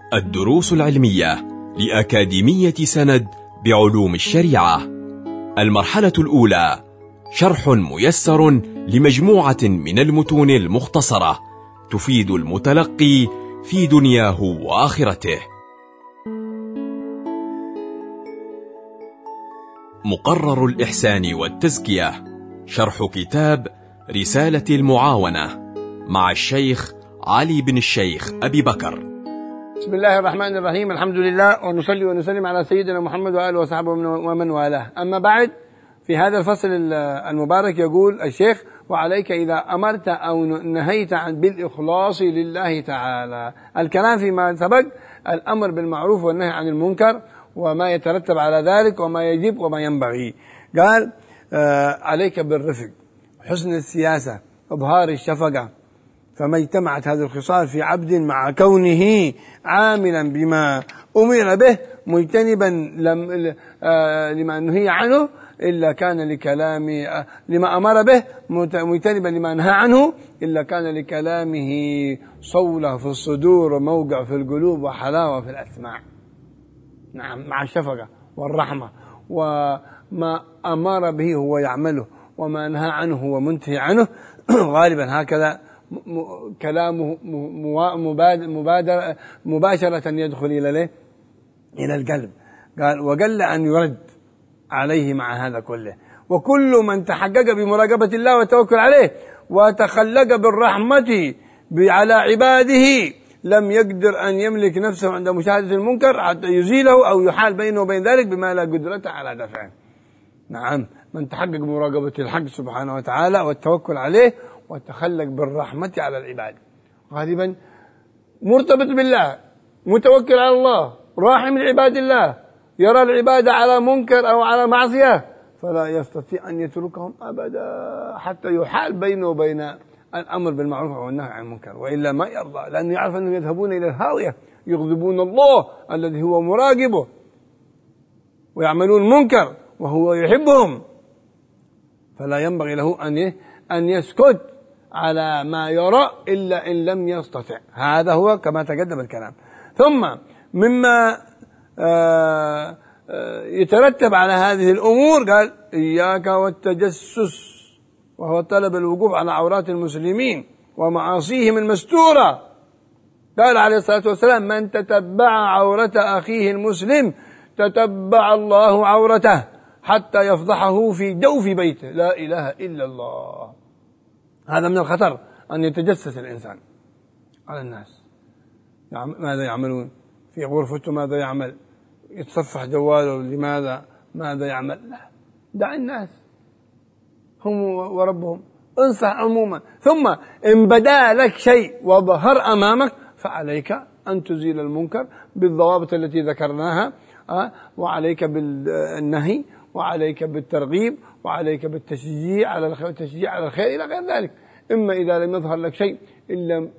الدروس العلمية لأكاديمية سند بعلوم الشريعة. المرحلة الأولى: شرح ميسر لمجموعة من المتون المختصرة تفيد المتلقي في دنياه وآخرته. مقرر الإحسان والتزكية، شرح كتاب رسالة المعاونة مع الشيخ علي بن الشيخ أبي بكر. بسم الله الرحمن الرحيم، الحمد لله، ونصلي ونسلم على سيدنا محمد وآله وصحبه ومن والاه. أما بعد، في هذا الفصل المبارك يقول الشيخ: وعليك إذا أمرت أو نهيت بالإخلاص لله تعالى. الكلام فيما سبق، الأمر بالمعروف والنهي عن المنكر وما يترتب على ذلك وما يجب وما ينبغي. قال: عليك بالرفق، حسن السياسة، إظهار الشفقة. فما اجتمعت هذه الخصال في عبد مع كونه عاملا بما أمر به مجتنبا لما نهي عنه إلا كان لكلام لما أمر به مجتنبا لما نهى عنه إلا كان لكلامه صولة في الصدور وموقع في القلوب وحلاوة في الأسماع. نعم، مع الشفقة والرحمة، وما أمر به هو يعمله وما نهى عنه هو منتهي عنه. غالبا هكذا كلامه مباشرة يدخل إلى القلب. قال: وقل أن يرد عليه مع هذا كله. وكل من تحقق بمراقبة الله والتوكل عليه وتخلق بالرحمة على عباده لم يقدر أن يملك نفسه عند مشاهدة المنكر حتى يزيله أو يحال بينه وبين ذلك بما لا قدرة على دفعه. نعم، من تحقق بمراقبة الحق سبحانه وتعالى والتوكل عليه وتخلق بالرحمة على العباد، غالبا مرتبط بالله، متوكل على الله، راحم لعباد الله، يرى العباد على منكر أو على معصية فلا يستطيع أن يتركهم أبدا حتى يحال بينه وبين الأمر بالمعروف والنهي عن المنكر، وإلا ما يرضى، لأنه يعرف أنهم يذهبون إلى الهاوية، يغضبون الله الذي هو مراقبه، ويعملون المنكر وهو يحبهم، فلا ينبغي له أن يسكت على ما يرى إلا إن لم يستطع. هذا هو كما تقدم الكلام. ثم مما يترتب على هذه الأمور، قال: إياك والتجسس، وهو طلب الوقوف على عورات المسلمين ومعاصيهم المستورة. قال عليه الصلاة والسلام: من تتبع عورة أخيه المسلم تتبع الله عورته حتى يفضحه في جوف بيته. لا إله إلا الله. هذا من الخطر أن يتجسس الإنسان على الناس. ماذا يعملون في غرفته؟ ماذا يعمل؟ يتصفح جواله لماذا؟ ماذا يعمل؟ لا، دع الناس هم وربهم، انصح عموما. ثم إن بدا لك شيء وظهر أمامك فعليك أن تزيل المنكر بالضوابط التي ذكرناها، وعليك بالنهي، وعليك بالترغيب، وعليك بالتشجيع على الخير إلى غير ذلك. إما إذا لم يظهر لك شيء إلا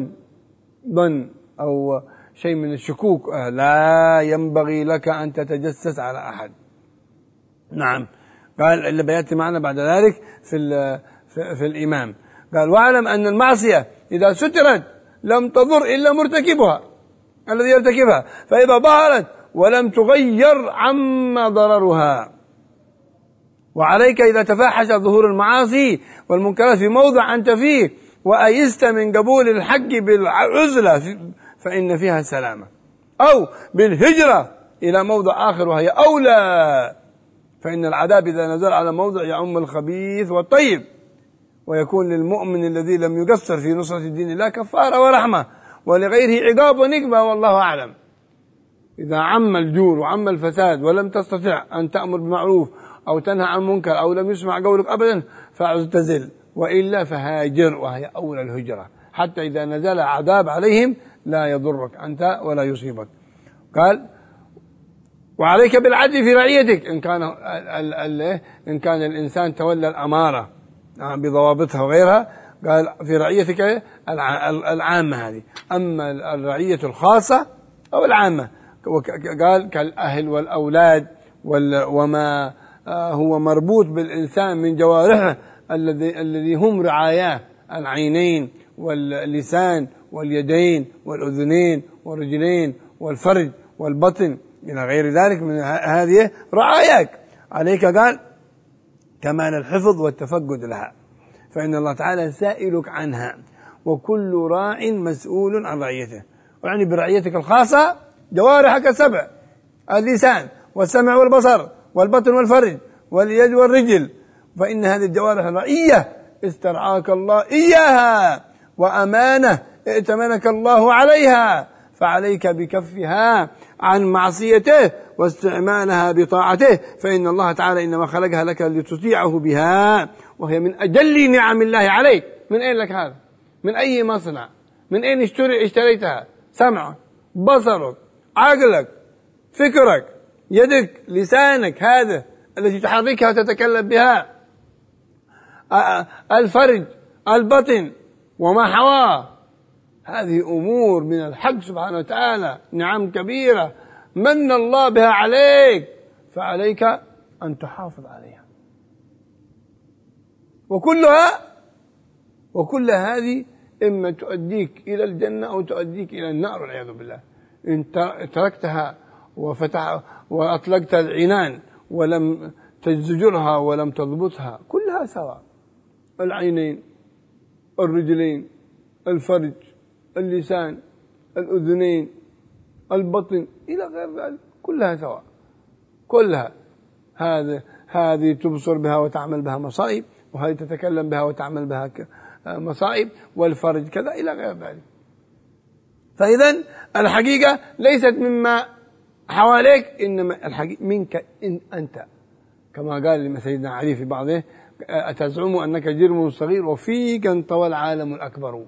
ظن أو شيء من الشكوك، لا ينبغي لك أن تتجسس على أحد. نعم، قال اللي بيأتي معنا بعد ذلك في الإمام. قال: واعلم أن المعصية إذا سترت لم تضر إلا مرتكبها الذي يرتكبها، فإذا ظهرت ولم تغير عما ضررها. وعليك إذا تفاحش ظهور المعاصي والمنكرات في موضع أنت فيه وأيست من قبول الحق بالعزلة فإن فيها سلامة، أو بالهجرة إلى موضع آخر وهي أولى، فإن العذاب إذا نزل على موضع يعم الخبيث والطيب، ويكون للمؤمن الذي لم يقصر في نصرة دين الله كفارة ورحمة، ولغيره عقاب ونقمة، والله أعلم. إذا عم الجور وعم الفساد ولم تستطع أن تأمر بمعروف أو تنهى عن منكر أو لم يسمع قولك أبدا فاعتزل، وإلا فهاجر، وهي أولى الهجرة، حتى إذا نزل عذاب عليهم لا يضرك أنت ولا يصيبك. قال: وعليك بالعدل في رعيتك إن كان الإنسان تولى الأمارة بضوابطها وغيرها. قال: في رعيتك العامة هذه، أما الرعية الخاصة أو العامة، قال كالأهل والأولاد وما هو مربوط بالإنسان من جوارحه الذي هم رعاياه: العينين واللسان واليدين والأذنين والرجلين والفرج والبطن إلى غير ذلك من هذه رعاياك عليك، قال كمال الحفظ والتفقد لها، فإن الله تعالى سائلك عنها، وكل راع مسؤول عن رعيته. يعني برعيتك الخاصة جوارحك السبع: اللسان والسمع والبصر والبطن والفرج واليد والرجل، فإن هذه الجوارح رعية استرعاك الله إياها، وأمانة ائتمنك الله عليها، فعليك بكفها عن معصيته واستعمالها بطاعته، فإن الله تعالى إنما خلقها لك لتطيعه بها، وهي من أجل نعم الله عليك. من أين لك هذا؟ من أي مصنع؟ من أين اشتريتها؟ سمعك، بصرك، عقلك، فكرك، يدك، لسانك، هذا التي تحركها وتتكلم بها، الفرج، البطن وما حواه، هذه أمور من الحق سبحانه وتعالى، نعم كبيرة من الله بها عليك، فعليك أن تحافظ عليها. وكل هذه إما تؤديك إلى الجنة أو تؤديك إلى النار والعياذ بالله. إن تركتها وأطلقت العنان ولم تزجرها ولم تضبطها، كلها سواء: العينين، الرجلين، الفرج، اللسان، الأذنين، البطن إلى غير ذلك، كلها سواء، كلها. هذه تبصر بها وتعمل بها مصائب، وهذه تتكلم بها وتعمل بها مصائب، والفرج كذا إلى غير ذلك. فإذا الحقيقة ليست مما حواليك، إنما الحقيقة منك أنت، كما قال سيدنا علي في بعضه: أتزعم أنك جرم صغير وفيك انطوى العالم الأكبر.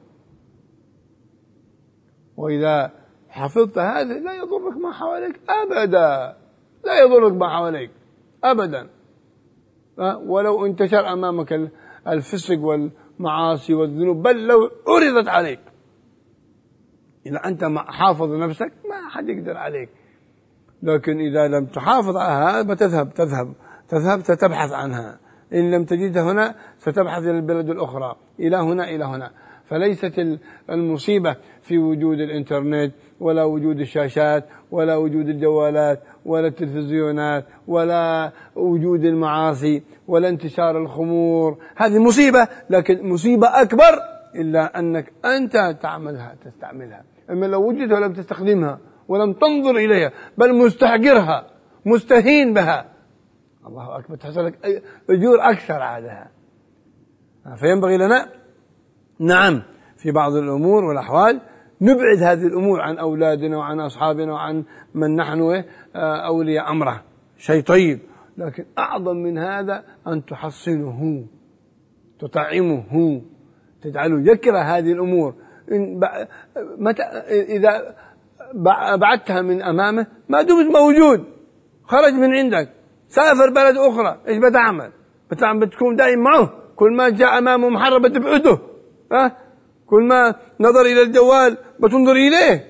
وإذا حفظت هذا لا يضرك ما حواليك أبدا، لا يضرك ما حواليك أبدا، ولو انتشر أمامك الفسق والمعاصي والذنوب، بل لو عرضت عليك، إذا أنت حافظ نفسك ما حد يقدر عليك. لكن إذا لم تحافظ على هذا تذهب ستبحث عنها، إن لم تجدها هنا ستبحث إلى البلد الأخرى، إلى هنا. فليست المصيبة في وجود الإنترنت ولا وجود الشاشات ولا وجود الجوالات ولا التلفزيونات ولا وجود المعاصي ولا انتشار الخمور، هذه مصيبة، لكن مصيبة أكبر إلا أنك أنت تعملها تستعملها. أما لو وجدت ولم تستخدمها ولم تنظر إليها، بل مستحقرها مستهين بها، الله أكبر، تحصل لك أجور أكثر عادها. فينبغي لنا نعم في بعض الأمور والأحوال نبعد هذه الأمور عن أولادنا وعن أصحابنا وعن من نحن أولياء أمره، شيء طيب، لكن أعظم من هذا أن تحصنه، تطعمه، تجعله يكره هذه الأمور. إذا بعدتها من أمامه ما دمت موجود، خرج من عندك، سافر بلد أخرى، إيش بتعمل؟ بتكون دائما معه، كل ما جاء أمامه محرم بتبعده، كل ما نظر إلى الجوال بتنظر إليه،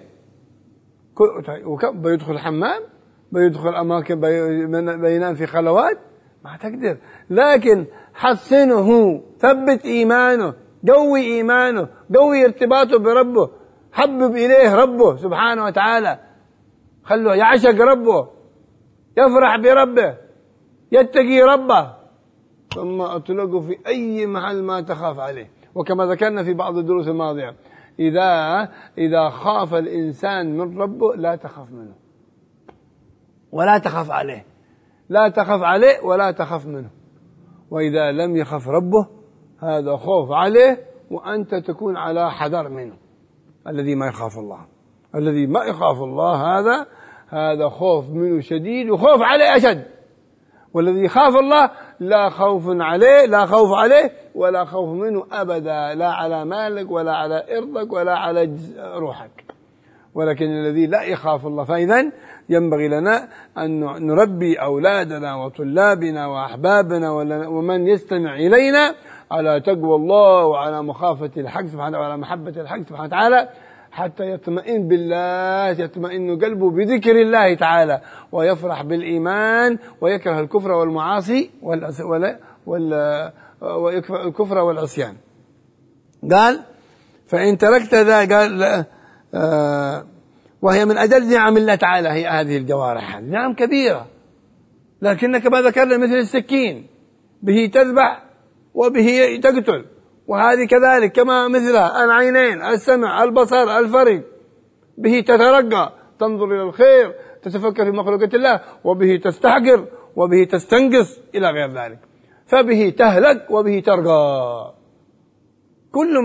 بيدخل الحمام، بيدخل أماكن، بينام في خلوات، ما تقدر. لكن حسنه، ثبت إيمانه، قوي إيمانه، قوي ارتباطه بربه، حبب إليه ربه سبحانه وتعالى، خلوه يعشق ربه، يفرح بربه، يتقي ربه، ثم أطلقه في أي محل ما تخاف عليه. وكما ذكرنا في بعض الدروس الماضية، إذا خاف الإنسان من ربه لا تخاف منه ولا تخاف عليه، لا تخاف عليه ولا تخاف منه. وإذا لم يخف ربه هذا خوف عليه، وأنت تكون على حذر منه. الذي ما يخاف الله، الذي ما يخاف الله هذا خوف منه شديد وخوف عليه أشد. والذي يخاف الله لا خوف عليه ولا خوف منه أبدا، لا على مالك ولا على إرضك ولا على روحك. ولكن الذي لا يخاف الله، فإذا ينبغي لنا أن نربي أولادنا وطلابنا وأحبابنا ومن يستمع إلينا على تقوى الله وعلى مخافة الحق سبحانه وعلى محبة الحق سبحانه وتعالى، حتى يطمئن بالله، يطمئن قلبه بذكر الله تعالى، ويفرح بالإيمان، ويكره الكفر والمعاصي والكفر والعصيان. قال فإن تركت ذا قال وهي من أجل نعم الله تعالى هي هذه الجوارح، نعم كبيرة، لكنك ما ذكرنا مثل السكين به تذبح وبه تقتل، وهذه كذلك كما مثلها العينين، السمع، البصر، الفرج، به تترقى تنظر إلى الخير، تتفكر في مخلوقات الله، وبه تستحقر، وبه تستنقص إلى غير ذلك، فبه تهلك وبه ترقى. كل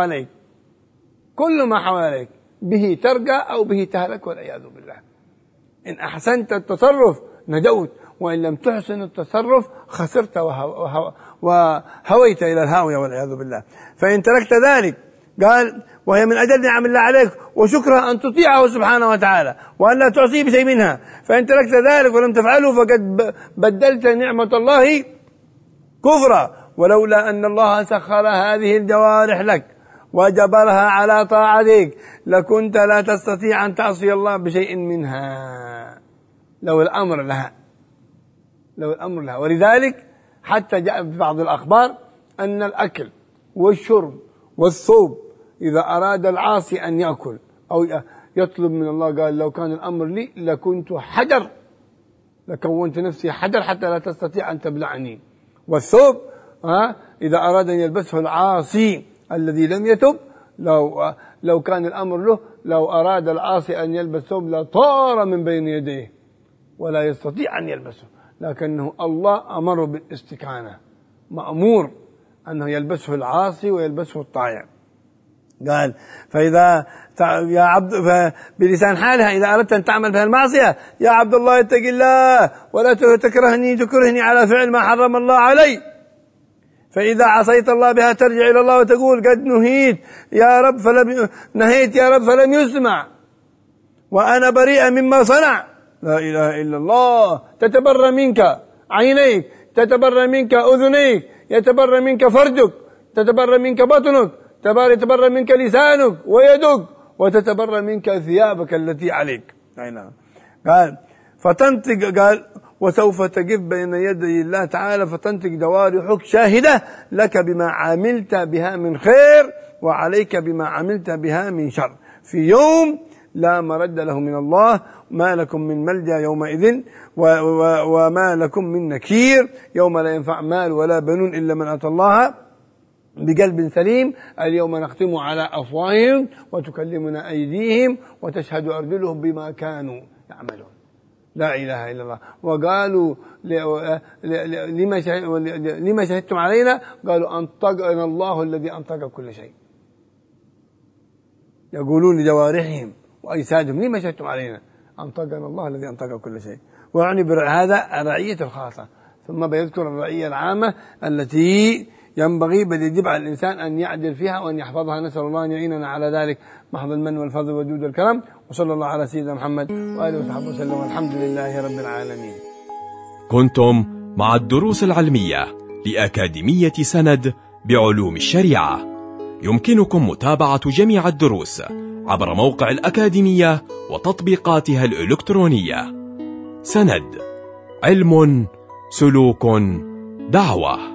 ما حواليك به ترقى أو به تهلك والعياذ بالله. إن أحسنت التصرف نجوت، وإن لم تحسن التصرف خسرت وهويت إلى الهاوية والعياذ بالله. فإن تركت ذلك قال وهي من أجل نعم الله عليك وشكرها أن تطيعه سبحانه وتعالى وأن لا تعصيه بشيء منها، فإن تركت ذلك ولم تفعله فقد بدلت نعمة الله كفرا، ولولا أن الله سخر هذه الجوارح لك وجبرها على طاعتك لكنت لا تستطيع أن تعصي الله بشيء منها لو الأمر لها. ولذلك حتى جاء في بعض الأخبار أن الأكل والشرب والثوب إذا أراد العاصي أن يأكل أو يطلب من الله قال لو كان الأمر لي لكنت حجر، لكونت نفسي حجر حتى لا تستطيع أن تبلعني. والثوب إذا أراد أن يلبسه العاصي الذي لم يتب لو كان الأمر له، لو أراد العاصي أن يلبس ثوب لطار من بين يديه ولا يستطيع أن يلبسه، لكنه الله أمره بالاستكانة، مأمور أنه يلبسه العاصي ويلبسه الطائع. قال فإذا يا عبد بلسان حالها إذا أردت أن تعمل بها المعصية يا عبد الله اتق الله ولا تكرهني على فعل ما حرم الله علي، فإذا عصيت الله بها ترجع إلى الله وتقول قد نهيت يا رب فلم يسمع وأنا بريئة مما صنع، لا إله إلا الله. تتبرى منك عينيك، تتبرى منك أذنيك، يتبرى منك فرجك، تتبرى منك بطنك، يتبرى منك لسانك ويدك، وتتبرى منك ثيابك التي عليك. قال فتنطق قال وسوف تقف بين يدي الله تعالى فتنطق جوارحك شاهدة لك بما عملت بها من خير وعليك بما عملت بها من شر في يوم لا مرد له من الله، ما لكم من ملجأ يومئذ وما لكم من نكير، يوم لا ينفع مال ولا بنون إلا من أتى الله بقلب سليم. اليوم نختم على أفواههم وتكلمنا أيديهم وتشهد أرجلهم بما كانوا يعملون. لا إله إلا الله. وقالوا لما شهدتم علينا؟ قالوا أنطقنا الله الذي أنطق كل شيء. يقولون لجوارحهم وأجسادهم لما شهدتم علينا؟ أنطقنا الله الذي أنطق كل شيء. ويعني بهذا الرعية الخاصة، ثم بيذكر الرعية العامة التي ينبغي بل يجب على الإنسان أن يعدل فيها وأن يحفظها. نسأل الله أن يعيننا على ذلك محض المن والفضل والجود والكرم، وصلى الله على سيدنا محمد وآله وصحبه وسلم، والحمد لله رب العالمين. كنتم مع الدروس العلمية لأكاديمية سند بعلوم الشريعة. يمكنكم متابعة جميع الدروس عبر موقع الأكاديمية وتطبيقاتها الإلكترونية. سند، علم، سلوك، دعوة.